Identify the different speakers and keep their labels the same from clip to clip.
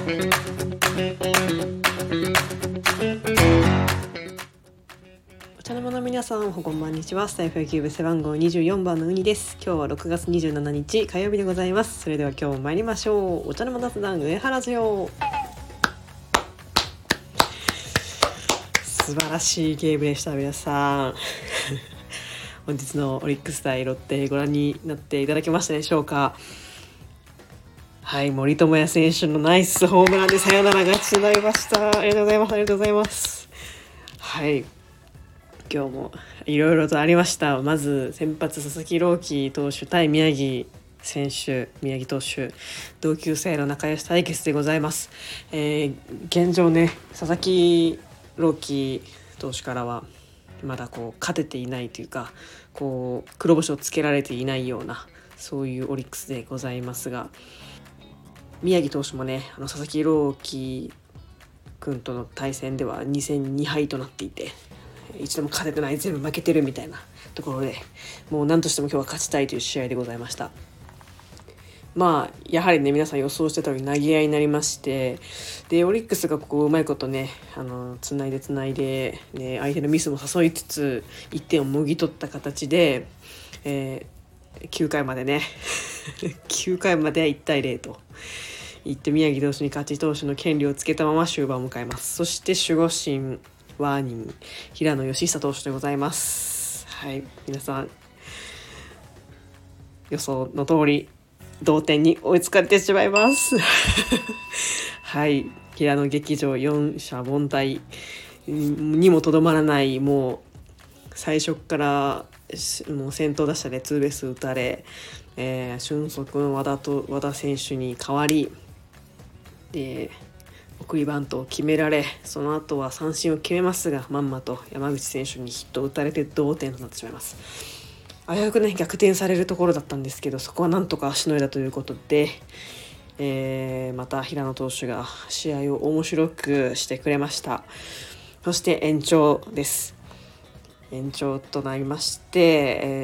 Speaker 1: お茶の間の皆さん、こんばんにちは。スタイフ野球部背番号24番のウニです。今日は6月27日火曜日でございます。それでは今日も参りましょう。お茶の間雑談上原城。素晴らしいゲームでした皆さん。本日のオリックス対ロッテご覧になっていただけましたでしょうか。はい、森友哉選手のナイスホームランでサヨナラ勝ちとなりました。ありがとうございます。ありがとうございます。はい、今日もいろいろとありました。まず先発佐々木朗希投手対宮城選手、宮城投手同級生の仲良し対決でございます。現状ね、佐々木朗希投手からはまだ勝てていないというか、黒星をつけられていないような、そういうオリックスでございますが、宮城投手もね、佐々木朗希君との対戦では2戦2敗となっていて、一度も勝ててない、全部負けてるみたいなところで、もう何としても今日は勝ちたいという試合でございました。やはりね、皆さん予想してたように投げ合いになりまして、でオリックスがうまいことね、つないで、ね、相手のミスも誘いつつ1点をもぎ取った形で、9回までね9回まで1対0と言って宮城投手に勝ち投手の権利をつけたまま終盤を迎えます。そして守護神ワーニン平野佳寿投手でございます。はい、皆さん予想の通り同点に追いつかれてしまいますはい、平野劇場4者凡退にもとどまらない、もう最初からもう先頭打者でツーベース打たれ、俊足の和田選手に代わりで送りバントを決められ、その後は三振を決めますが、まんまと山口選手にヒットを打たれて同点となってしまいます。危うくね、逆転されるところだったんですけど、そこはなんとかしのいだということで、また平野投手が試合を面白くしてくれました。そして延長です。延長となりまして、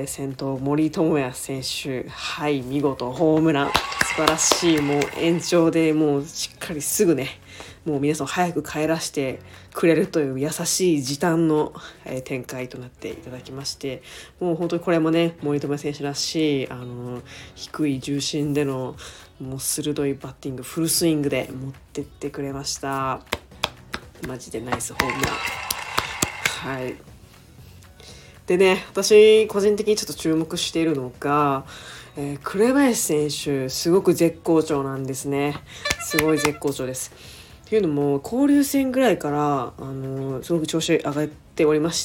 Speaker 1: 先頭森友哉選手、はい、見事ホームラン、素晴らしい。もう延長でもうしっかりすぐね、もう皆さん早く帰らせてくれるという優しい時短の、展開となっていただきまして、もう本当にこれもね、森友哉選手らしい低い重心でのもう鋭いバッティング、フルスイングで持ってってくれました。マジでナイスホームラン。はい。でね、私個人的にちょっと注目しているのが、紅林選手すごく絶好調なんですね。すごい絶好調です。っていうのも交流戦ぐらいからすごく調子上がっておりまして、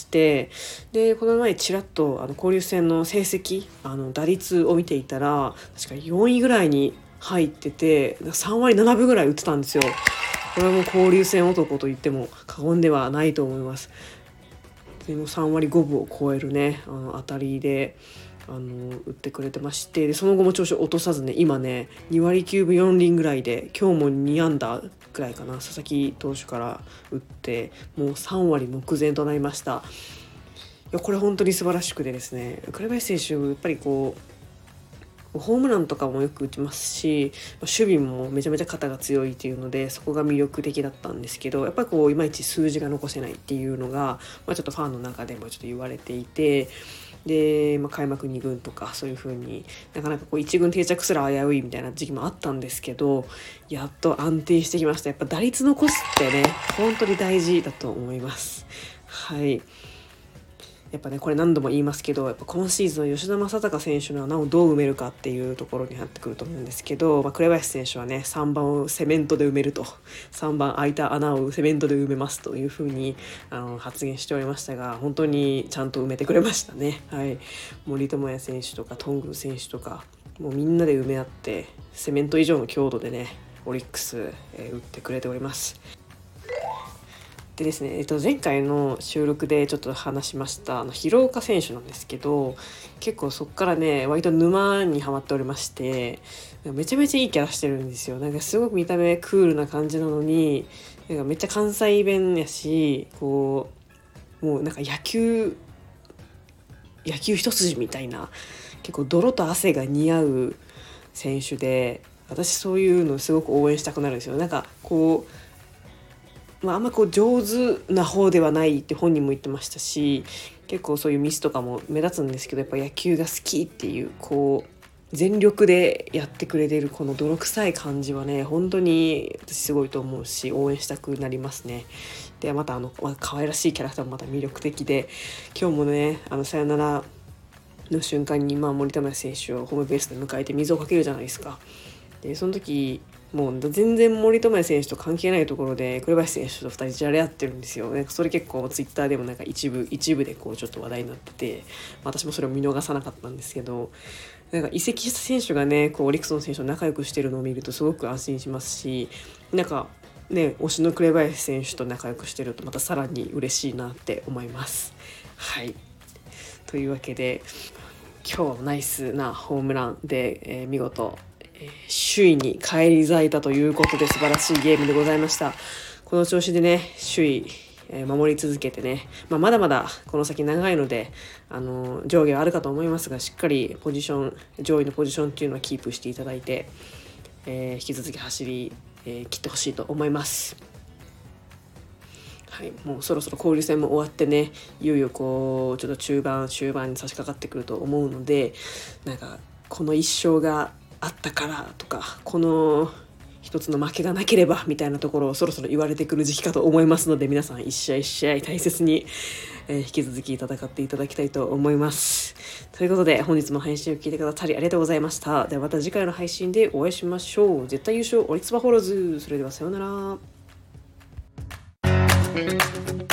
Speaker 1: でこの前ちらっと交流戦の成績打率を見ていたら、確か4位ぐらいに入ってて、3割7分ぐらい打ってたんですよ。これはもう交流戦男と言っても過言ではないと思います。でも3割5分を超えるね、当たりで打ってくれてまして、でその後も調子を落とさずね、今ね2割9分4厘ぐらいで、今日も2安打ぐらいかな、佐々木投手から打ってもう3割目前となりました。いや、これ本当に素晴らしくてですね、紅林選手やっぱりホームランとかもよく打ちますし、守備もめちゃめちゃ肩が強いっていうので、そこが魅力的だったんですけど、やっぱりいまいち数字が残せないっていうのが、ちょっとファンの中でもちょっと言われていて、で、開幕2軍とかそういう風になかなか1軍定着すら危ういみたいな時期もあったんですけど、やっと安定してきました。やっぱ打率残すってね、本当に大事だと思います。はい。やっぱね、これ何度も言いますけど、やっぱ今シーズン吉田正尚選手の穴をどう埋めるかっていうところになってくると思うんですけど、紅林選手はね、3番をセメントで埋めると、3番空いた穴をセメントで埋めますというふうに発言しておりましたが、本当にちゃんと埋めてくれましたね。はい、森友哉選手とか頓宮選手とか、もうみんなで埋め合ってセメント以上の強度でね、オリックス、打ってくれております。でですね、前回の収録でちょっと話しました廣岡選手なんですけど、結構そこからね割と沼にはまっておりまして、めちゃめちゃいいキャラしてるんですよ。なんかすごく見た目クールな感じなのに、なんかめっちゃ関西弁やし、もうなんか野球一筋みたいな、結構泥と汗が似合う選手で、 私そういうのすごく応援したくなるんですよ。なんかこう、あんまこう上手な方ではないって本人も言ってましたし、結構そういうミスとかも目立つんですけど、やっぱ野球が好きっていうこう全力でやってくれてるこの泥臭い感じはね、本当に私すごいと思うし応援したくなりますね。でまた可愛らしいキャラクターもまた魅力的で、今日もねサヨナラの瞬間に森友哉選手をホームベースで迎えて水をかけるじゃないですか。でその時もう全然森友哉選手と関係ないところで紅林選手と2人じゃれ合ってるんですよ。それ結構ツイッターでもなんか一部でこうちょっと話題になってて、私もそれを見逃さなかったんですけど、なんか移籍した選手がねこうオリックスの選手と仲良くしてるのを見るとすごく安心しますし、なんかね推しの紅林選手と仲良くしてるとまたさらに嬉しいなって思います。はい、というわけで今日はナイスなホームランで、見事、首位に返り咲いたということで素晴らしいゲームでございました。この調子でね首位守り続けてね、まだまだこの先長いので上下はあるかと思いますが、しっかり上位のポジションっていうのはキープしていただいて、引き続き走り、切ってほしいと思います。はい、もうそろそろ交流戦も終わってね、いよいよこうちょっと終盤に差し掛かってくると思うので、なんかこの1勝があったからとかこの一つの負けがなければみたいなところをそろそろ言われてくる時期かと思いますので、皆さん一試合一試合大切に、引き続き戦っていただきたいと思います。ということで本日も配信を聞いてくださりありがとうございました。ではまた次回の配信でお会いしましょう。絶対優勝オリックスバファローズ。それではさようなら。